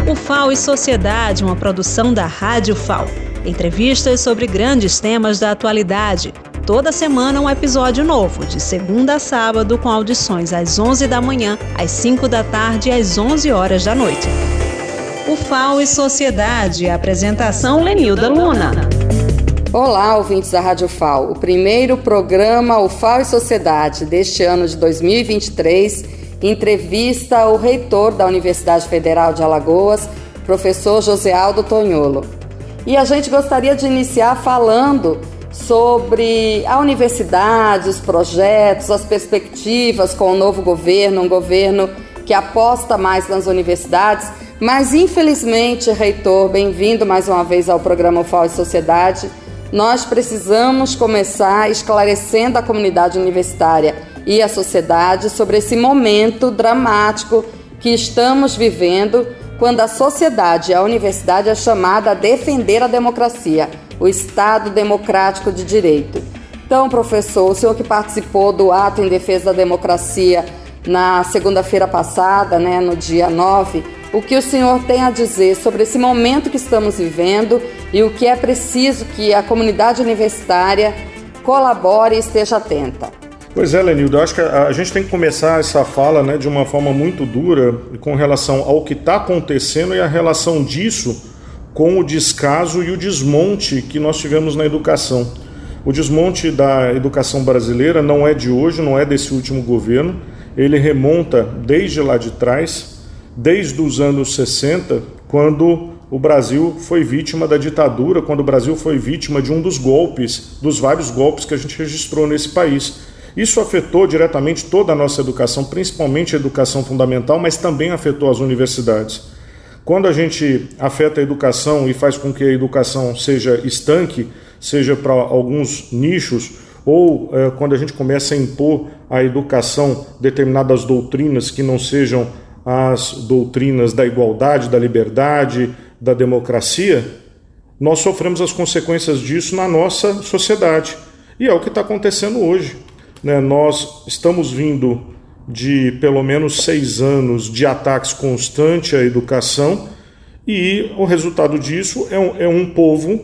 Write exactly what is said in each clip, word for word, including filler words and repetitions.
O F A O e Sociedade, uma produção da Rádio F A O. Entrevistas sobre grandes temas da atualidade. Toda semana um episódio novo, de segunda a sábado, com audições às onze da manhã, às cinco da tarde e às onze horas da noite. O F A O e Sociedade, apresentação Lenilda Luna. Olá, ouvintes da Rádio F A O. O primeiro programa O F A O e Sociedade deste ano de dois mil e vinte e três entrevista o reitor da Universidade Federal de Alagoas, professor José Aldo Tonholo. E a gente gostaria de iniciar falando sobre a universidade, os projetos, as perspectivas com o novo governo, um governo que aposta mais nas universidades. Mas, infelizmente, reitor, bem-vindo mais uma vez ao programa F A O e Sociedade. Nós precisamos começar esclarecendo a comunidade universitária e a sociedade sobre esse momento dramático que estamos vivendo, quando a sociedade e a universidade é chamada a defender a democracia, o Estado democrático de direito. Então, professor, o senhor que participou do ato em defesa da democracia na segunda-feira passada, né, no dia nove, o que o senhor tem a dizer sobre esse momento que estamos vivendo e o que é preciso que a comunidade universitária colabore e esteja atenta? Pois é, Lenilda, eu acho que a, a gente tem que começar essa fala, né, de uma forma muito dura com relação ao que está acontecendo e a relação disso com o descaso e o desmonte que nós tivemos na educação. O desmonte da educação brasileira não é de hoje, não é desse último governo, ele remonta desde lá de trás, desde os anos sessenta, quando o Brasil foi vítima da ditadura, quando o Brasil foi vítima de um dos golpes, dos vários golpes que a gente registrou nesse país. Isso afetou diretamente toda a nossa educação, principalmente a educação fundamental, mas também afetou as universidades. Quando a gente afeta a educação e faz com que a educação seja estanque, seja para alguns nichos, ou é, quando a gente começa a impor à educação determinadas doutrinas que não sejam as doutrinas da igualdade, da liberdade, da democracia, nós sofremos as consequências disso na nossa sociedade. E é o que está acontecendo hoje. Né, nós estamos vindo de pelo menos seis anos de ataques constantes à educação e o resultado disso é um, é um povo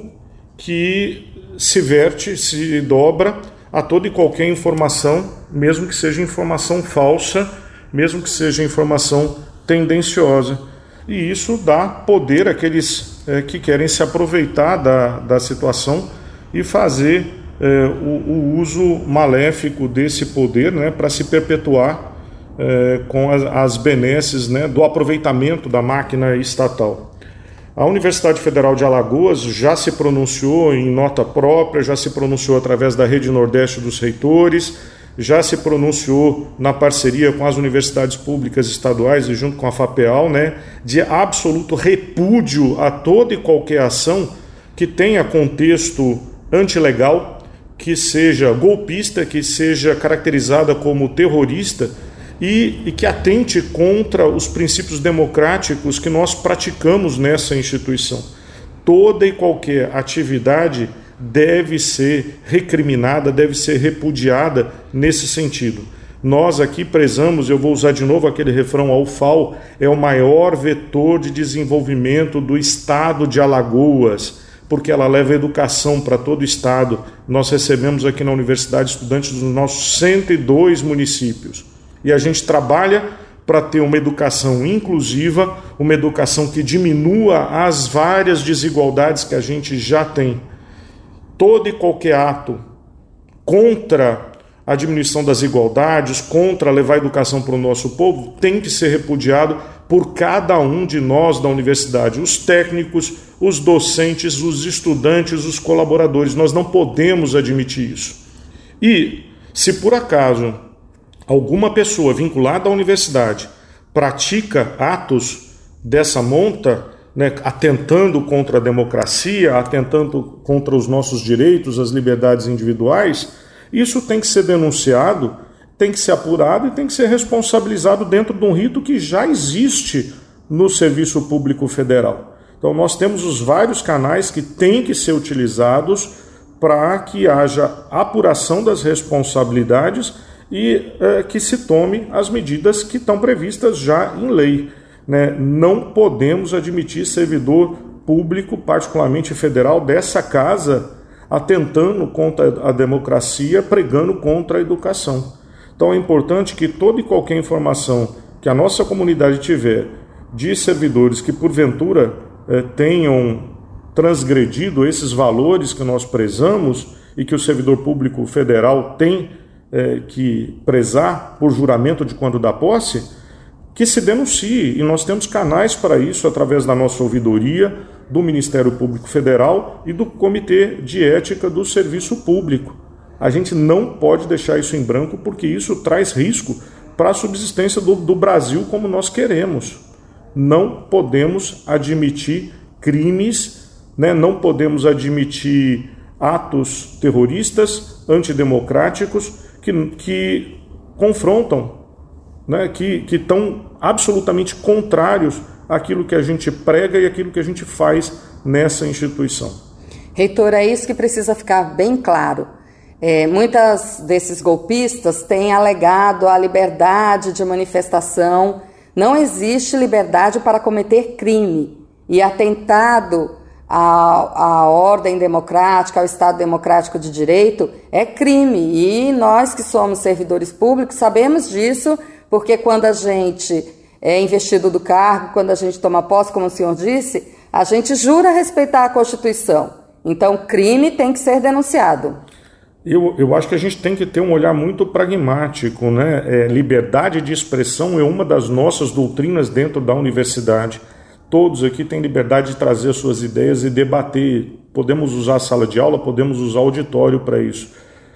que se verte, se dobra a toda e qualquer informação, mesmo que seja informação falsa, mesmo que seja informação tendenciosa. E isso dá poder àqueles é, que querem se aproveitar da, da situação e fazer É, o, o uso maléfico desse poder, né, para se perpetuar é, com as, as benesses, né, do aproveitamento da máquina estatal. A Universidade Federal de Alagoas já se pronunciou em nota própria, já se pronunciou através da Rede Nordeste dos Reitores, já se pronunciou na parceria com as universidades públicas estaduais e junto com a FAPEAL, né, de absoluto repúdio a toda e qualquer ação que tenha contexto antilegal, que seja golpista, que seja caracterizada como terrorista e, e que atente contra os princípios democráticos que nós praticamos nessa instituição. Toda e qualquer atividade deve ser recriminada, deve ser repudiada nesse sentido. Nós aqui prezamos, eu vou usar de novo aquele refrão, a U F A O é o maior vetor de desenvolvimento do estado de Alagoas, porque ela leva educação para todo o estado. Nós recebemos aqui na universidade estudantes dos nossos cento e dois municípios. E a gente trabalha para ter uma educação inclusiva, uma educação que diminua as várias desigualdades que a gente já tem. Todo e qualquer ato contra a diminuição das desigualdades, contra levar a educação para o nosso povo, tem que ser repudiado por cada um de nós da universidade, os técnicos, os docentes, os estudantes, os colaboradores. Nós não podemos admitir isso. E, se por acaso alguma pessoa vinculada à universidade pratica atos dessa monta, né, atentando contra a democracia, atentando contra os nossos direitos, as liberdades individuais, isso tem que ser denunciado, tem que ser apurado e tem que ser responsabilizado dentro de um rito que já existe no Serviço Público Federal. Então nós temos os vários canais que têm que ser utilizados para que haja apuração das responsabilidades e é, que se tome as medidas que estão previstas já em lei. né, não podemos admitir servidor público, particularmente federal, dessa casa, atentando contra a democracia, pregando contra a educação. Então é importante que toda e qualquer informação que a nossa comunidade tiver de servidores que porventura eh, tenham transgredido esses valores que nós prezamos e que o servidor público federal tem eh, que prezar por juramento de quando dá posse, que se denuncie, e nós temos canais para isso através da nossa ouvidoria, do Ministério Público Federal e do Comitê de Ética do Serviço Público. A gente não pode deixar isso em branco, porque isso traz risco para a subsistência do, do Brasil como nós queremos. Não podemos admitir crimes, né? Não podemos admitir atos terroristas, antidemocráticos, que, que confrontam, né? que que estão absolutamente contrários àquilo que a gente prega e àquilo que a gente faz nessa instituição. Reitor, é isso que precisa ficar bem claro. É, muitas desses golpistas têm alegado a liberdade de manifestação. Não existe liberdade para cometer crime, e atentado à, à ordem democrática, ao Estado democrático de direito, é crime. E nós que somos servidores públicos sabemos disso, porque quando a gente é investido do cargo, quando a gente toma posse, como o senhor disse, a gente jura respeitar a Constituição. Então, crime tem que ser denunciado. Eu, eu acho que a gente tem que ter um olhar muito pragmático, né? É, liberdade de expressão é uma das nossas doutrinas dentro da universidade. Todos aqui têm liberdade de trazer suas ideias e debater. Podemos usar a sala de aula, podemos usar o auditório para isso.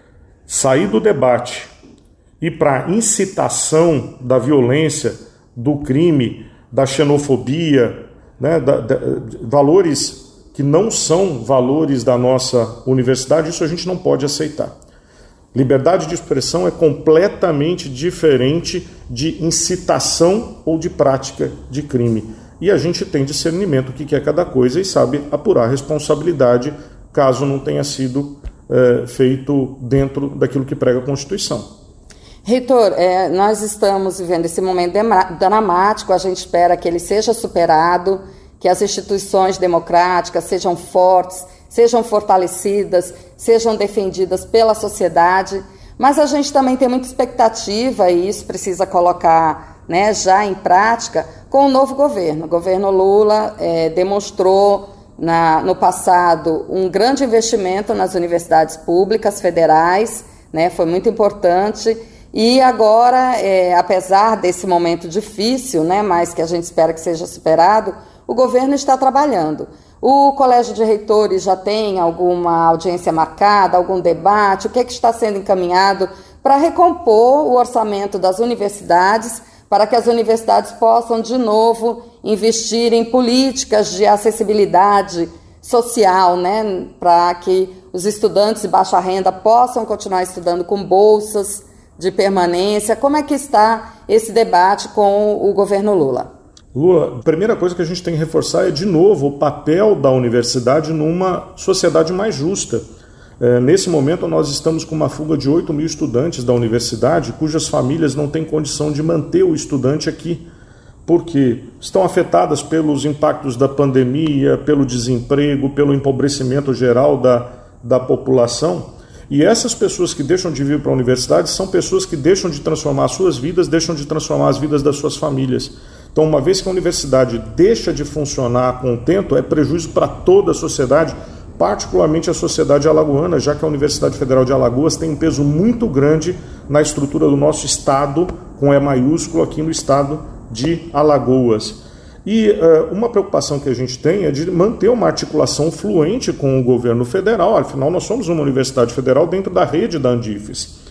Sair do debate e para incitação da violência, do crime, da xenofobia, né? da, da, valores que não são valores da nossa universidade, isso a gente não pode aceitar. Liberdade de expressão é completamente diferente de incitação ou de prática de crime. E a gente tem discernimento do que é cada coisa e sabe apurar a responsabilidade caso não tenha sido é, feito dentro daquilo que prega a Constituição. Reitor, é, nós estamos vivendo esse momento dramático, a gente espera que ele seja superado, que as instituições democráticas sejam fortes, sejam fortalecidas, sejam defendidas pela sociedade, mas a gente também tem muita expectativa, e isso precisa colocar, né, já em prática, com o novo governo. O governo Lula é, demonstrou na, no passado um grande investimento nas universidades públicas federais, né, foi muito importante, e agora, é, apesar desse momento difícil, né, mas que a gente espera que seja superado, o governo está trabalhando. O Colégio de Reitores já tem alguma audiência marcada, algum debate? O que é que está sendo encaminhado para recompor o orçamento das universidades, para que as universidades possam, de novo, investir em políticas de acessibilidade social, né? Para que os estudantes de baixa renda possam continuar estudando com bolsas de permanência? Como é que está esse debate com o governo Lula? Lula, a primeira coisa que a gente tem que reforçar é, de novo, o papel da universidade numa sociedade mais justa. É, nesse momento, nós estamos com uma fuga de oito mil estudantes da universidade, cujas famílias não têm condição de manter o estudante aqui, porque estão afetadas pelos impactos da pandemia, pelo desemprego, pelo empobrecimento geral da, da população. E essas pessoas que deixam de vir para a universidade são pessoas que deixam de transformar as suas vidas, deixam de transformar as vidas das suas famílias. Então, uma vez que a universidade deixa de funcionar a contento, é prejuízo para toda a sociedade, particularmente a sociedade alagoana, já que a Universidade Federal de Alagoas tem um peso muito grande na estrutura do nosso estado, com E maiúsculo, aqui no estado de Alagoas. E uh, uma preocupação que a gente tem é de manter uma articulação fluente com o governo federal, afinal nós somos uma universidade federal dentro da rede da Andifes.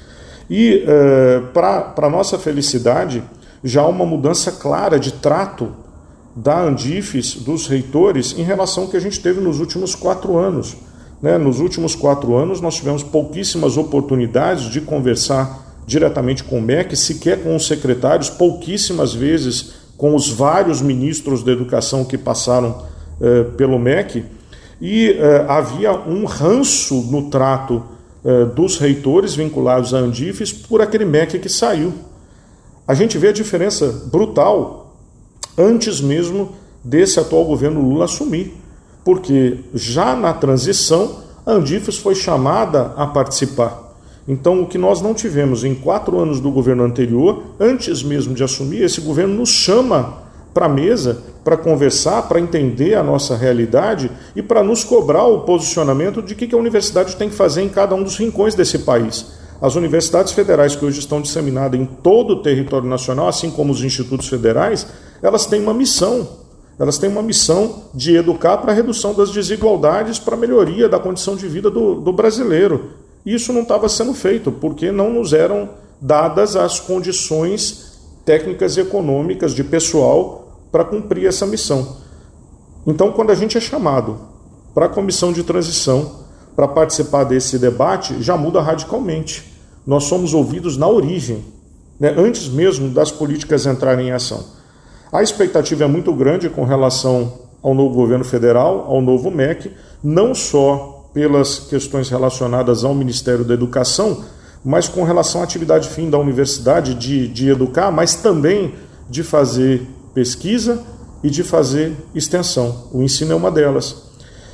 E uh, para a nossa felicidade, já há uma mudança clara de trato da Andifes, dos reitores, em relação ao que a gente teve nos últimos quatro anos. Né? Nos últimos quatro anos nós tivemos pouquíssimas oportunidades de conversar diretamente com o M E C, sequer com os secretários, pouquíssimas vezes com os vários ministros da educação que passaram eh, pelo M E C, e eh, havia um ranço no trato eh, dos reitores vinculados à Andifes por aquele M E C que saiu. A gente vê a diferença brutal antes mesmo desse atual governo Lula assumir, porque já na transição a Andifes foi chamada a participar. Então, o que nós não tivemos em quatro anos do governo anterior, antes mesmo de assumir, esse governo nos chama para a mesa, para conversar, para entender a nossa realidade e para nos cobrar o posicionamento de que a universidade tem que fazer em cada um dos rincões desse país. As universidades federais que hoje estão disseminadas em todo o território nacional, assim como os institutos federais, elas têm uma missão. Elas têm uma missão de educar para a redução das desigualdades, para a melhoria da condição de vida do, do brasileiro. E isso não estava sendo feito, porque não nos eram dadas as condições técnicas e econômicas de pessoal para cumprir essa missão. Então, quando a gente é chamado para a comissão de transição, para participar desse debate, já muda radicalmente. Nós somos ouvidos na origem, né, antes mesmo das políticas entrarem em ação. A expectativa é muito grande com relação ao novo governo federal, ao novo M E C, não só pelas questões relacionadas ao Ministério da Educação, mas com relação à atividade fim da universidade de, de educar, mas também de fazer pesquisa e de fazer extensão. O ensino é uma delas.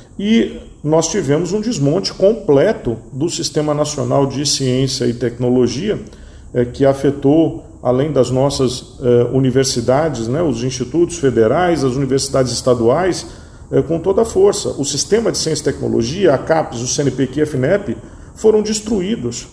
E nós tivemos um desmonte completo do Sistema Nacional de Ciência e Tecnologia, é, que afetou, além das nossas eh, universidades, né, os institutos federais, as universidades estaduais, eh, com toda a força. O sistema de ciência e tecnologia, a CAPES, o C N Pq e a FINEP, foram destruídos.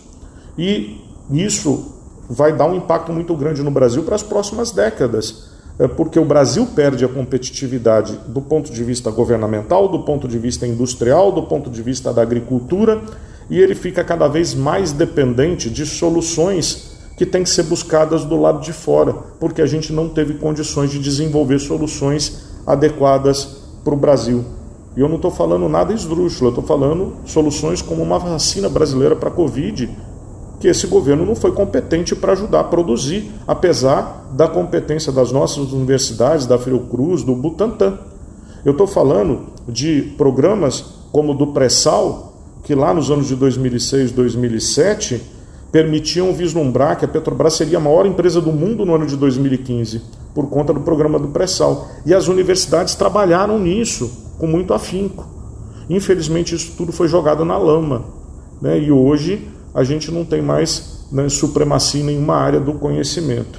E isso vai dar um impacto muito grande no Brasil para as próximas décadas, eh, porque o Brasil perde a competitividade do ponto de vista governamental, do ponto de vista industrial, do ponto de vista da agricultura, e ele fica cada vez mais dependente de soluções que têm que ser buscadas do lado de fora, porque a gente não teve condições de desenvolver soluções adequadas para o Brasil. E eu não estou falando nada esdrúxulo, eu estou falando soluções como uma vacina brasileira para a Covid, que esse governo não foi competente para ajudar a produzir, apesar da competência das nossas universidades, da Fiocruz, do Butantan. Eu estou falando de programas como o do Pré-Sal, que lá nos anos de dois mil e seis, dois mil e sete, permitiam vislumbrar que a Petrobras seria a maior empresa do mundo no ano de dois mil e quinze, por conta do programa do Pré-Sal. E as universidades trabalharam nisso com muito afinco. Infelizmente, isso tudo foi jogado na lama, né? E hoje a gente não tem mais, né, supremacia em nenhuma área do conhecimento.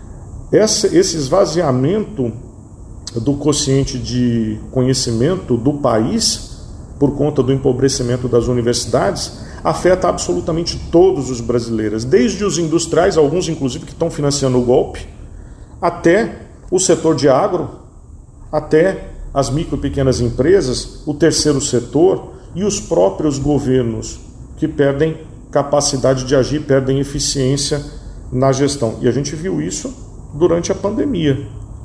Esse, esse esvaziamento do quociente de conhecimento do país, por conta do empobrecimento das universidades, afeta absolutamente todos os brasileiros, desde os industriais, alguns inclusive que estão financiando o golpe, até o setor de agro, até as micro e pequenas empresas, o terceiro setor e os próprios governos, que perdem capacidade de agir, perdem eficiência na gestão. E a gente viu isso durante a pandemia,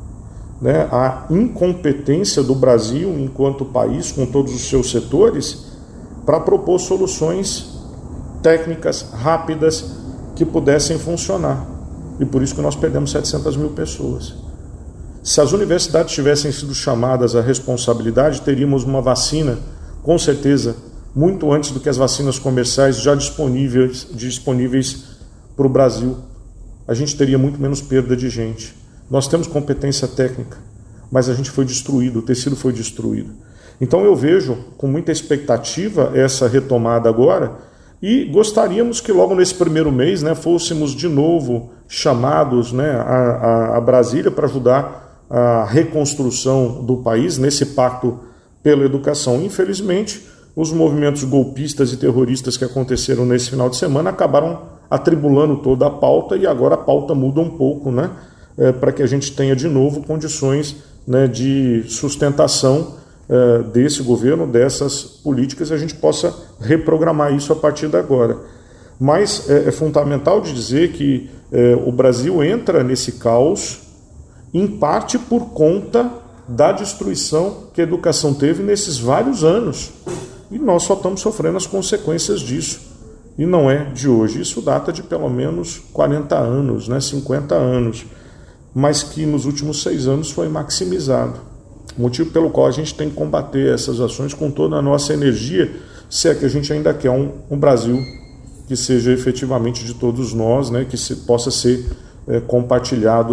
né? A incompetência do Brasil enquanto país, com todos os seus setores, para propor soluções técnicas, rápidas, que pudessem funcionar. E por isso que nós perdemos setecentas mil pessoas. Se as universidades tivessem sido chamadas à responsabilidade, teríamos uma vacina, com certeza, muito antes do que as vacinas comerciais já disponíveis, disponíveis para o Brasil. A gente teria muito menos perda de gente. Nós temos competência técnica, mas a gente foi destruído, o tecido foi destruído. Então eu vejo com muita expectativa essa retomada agora e gostaríamos que logo nesse primeiro mês, né, fôssemos de novo chamados, né, a, a, a Brasília para ajudar a reconstrução do país nesse pacto pela educação. Infelizmente, os movimentos golpistas e terroristas que aconteceram nesse final de semana acabaram atribulando toda a pauta e agora a pauta muda um pouco, né, é, para que a gente tenha de novo condições, né, de sustentação é, desse governo, dessas políticas, e a gente possa reprogramar isso a partir de agora. Mas é, é fundamental de dizer que é, o Brasil entra nesse caos em parte por conta da destruição que a educação teve nesses vários anos. E nós só estamos sofrendo as consequências disso. E não é de hoje. Isso data de pelo menos quarenta anos, né, cinquenta anos. Mas que nos últimos seis anos foi maximizado. Motivo pelo qual a gente tem que combater essas ações com toda a nossa energia, se é que a gente ainda quer um, um Brasil que seja efetivamente de todos nós, né, que se, possa ser é, compartilhado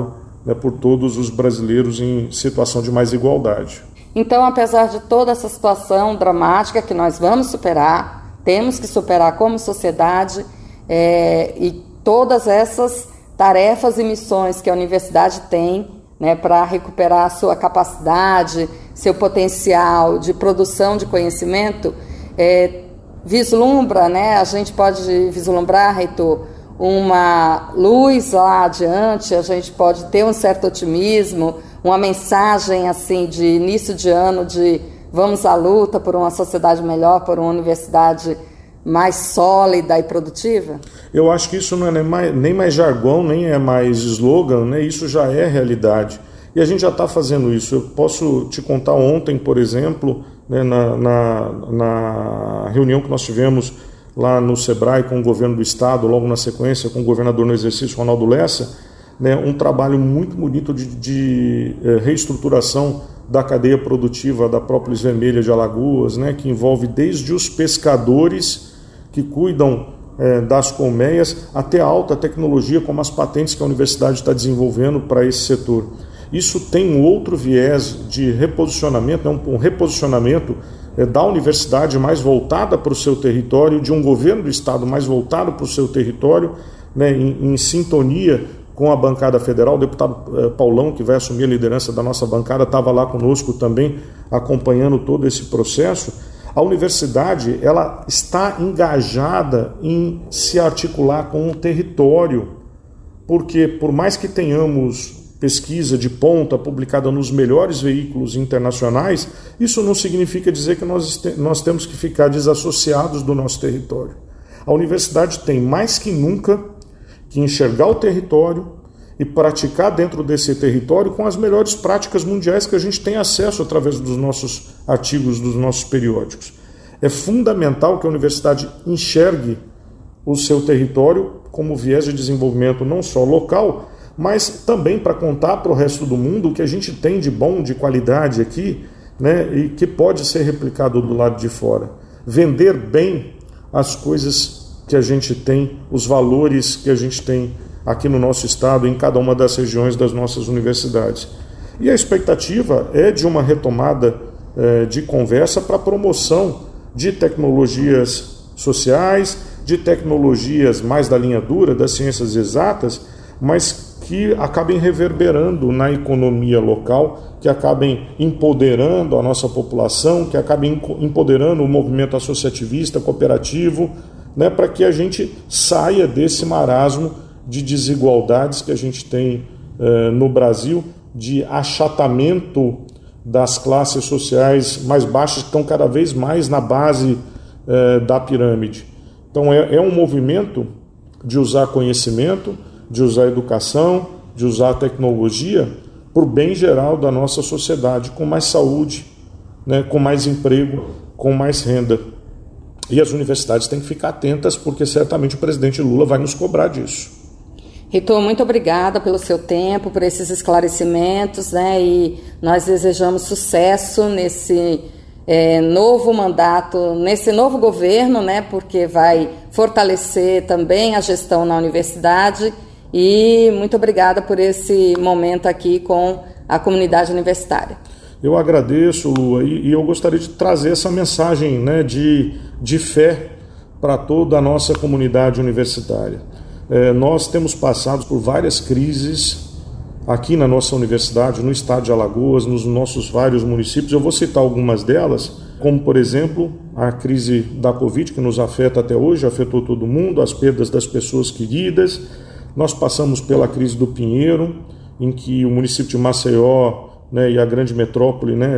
né, por todos os brasileiros em situação de mais igualdade. Então, apesar de toda essa situação dramática que nós vamos superar, temos que superar como sociedade, é, e todas essas tarefas e missões que a universidade tem, né, para recuperar sua capacidade, seu potencial de produção de conhecimento, é, vislumbra, né, a gente pode vislumbrar, reitor, uma luz lá adiante, a gente pode ter um certo otimismo, uma mensagem assim de início de ano de vamos à luta por uma sociedade melhor, por uma universidade mais sólida e produtiva? Eu acho que isso não é nem mais, nem mais jargão, nem é mais slogan, né? Isso já é realidade. E a gente já está fazendo isso. Eu posso te contar ontem, por exemplo, né, na, na, na reunião que nós tivemos lá no Sebrae com o governo do estado, logo na sequência com o governador no exercício, Ronaldo Lessa, né, um trabalho muito bonito de, de eh, reestruturação da cadeia produtiva da Própolis Vermelha de Alagoas, né, que envolve desde os pescadores que cuidam eh, das colmeias até a alta tecnologia, como as patentes que a universidade está desenvolvendo para esse setor. Isso tem um outro viés de reposicionamento, né, um, um reposicionamento da universidade mais voltada para o seu território, de um governo do estado mais voltado para o seu território, né, em, em sintonia com a bancada federal. O deputado eh, Paulão, que vai assumir a liderança da nossa bancada, estava lá conosco também, acompanhando todo esse processo. A universidade, ela está engajada em se articular com o território, porque por mais que tenhamos pesquisa de ponta publicada nos melhores veículos internacionais, isso não significa dizer que nós, nós temos que ficar desassociados do nosso território. A universidade tem mais que nunca que enxergar o território e praticar dentro desse território com as melhores práticas mundiais que a gente tem acesso através dos nossos artigos, dos nossos periódicos. É fundamental que a universidade enxergue o seu território como viés de desenvolvimento não só local, mas também para contar para o resto do mundo o que a gente tem de bom, de qualidade aqui, né, e que pode ser replicado do lado de fora. Vender bem as coisas que a gente tem, os valores que a gente tem aqui no nosso estado, em cada uma das regiões das nossas universidades. E a expectativa é de uma retomada eh, de conversa para a promoção de tecnologias sociais, de tecnologias mais da linha dura, das ciências exatas, mas que acabem reverberando na economia local, que acabem empoderando a nossa população, que acabem empoderando o movimento associativista, cooperativo, né, para que a gente saia desse marasmo de desigualdades que a gente tem eh, no Brasil, de achatamento das classes sociais mais baixas, que estão cada vez mais na base eh, da pirâmide. Então é, é um movimento de usar conhecimento, de usar a educação, de usar a tecnologia para o bem geral da nossa sociedade, com mais saúde, né, com mais emprego, com mais renda. E as universidades têm que ficar atentas, porque certamente o presidente Lula vai nos cobrar disso. Reitor, muito obrigada pelo seu tempo, por esses esclarecimentos, né, e nós desejamos sucesso nesse é, novo mandato, nesse novo governo, né, porque vai fortalecer também a gestão na universidade. E muito obrigada por esse momento aqui com a comunidade universitária. Eu agradeço, Lua, e, e eu gostaria de trazer essa mensagem, né, de, de fé para toda a nossa comunidade universitária. É, nós temos passado por várias crises aqui na nossa universidade, no estado de Alagoas, nos nossos vários municípios. Eu vou citar algumas delas, como, por exemplo, a crise da Covid, que nos afeta até hoje, afetou todo mundo, as perdas das pessoas queridas. Nós passamos pela crise do Pinheiro, em que o município de Maceió, né, e a grande metrópole, né,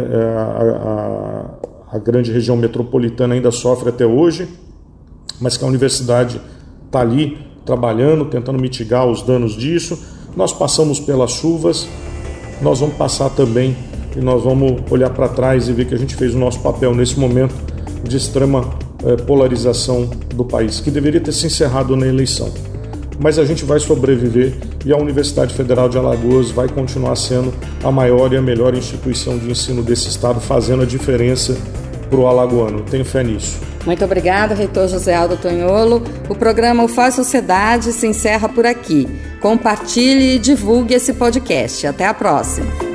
a, a, a grande região metropolitana ainda sofre até hoje, mas que a universidade está ali trabalhando, tentando mitigar os danos disso. Nós passamos pelas chuvas, nós vamos passar também, e nós vamos olhar para trás e ver que a gente fez o nosso papel nesse momento de extrema eh, polarização do país, que deveria ter se encerrado na eleição. Mas a gente vai sobreviver e a Universidade Federal de Alagoas vai continuar sendo a maior e a melhor instituição de ensino desse estado, fazendo a diferença para o alagoano. Tenho fé nisso. Muito obrigada, reitor José Aldo Tonholo. O programa O F A O Sociedade se encerra por aqui. Compartilhe e divulgue esse podcast. Até a próxima.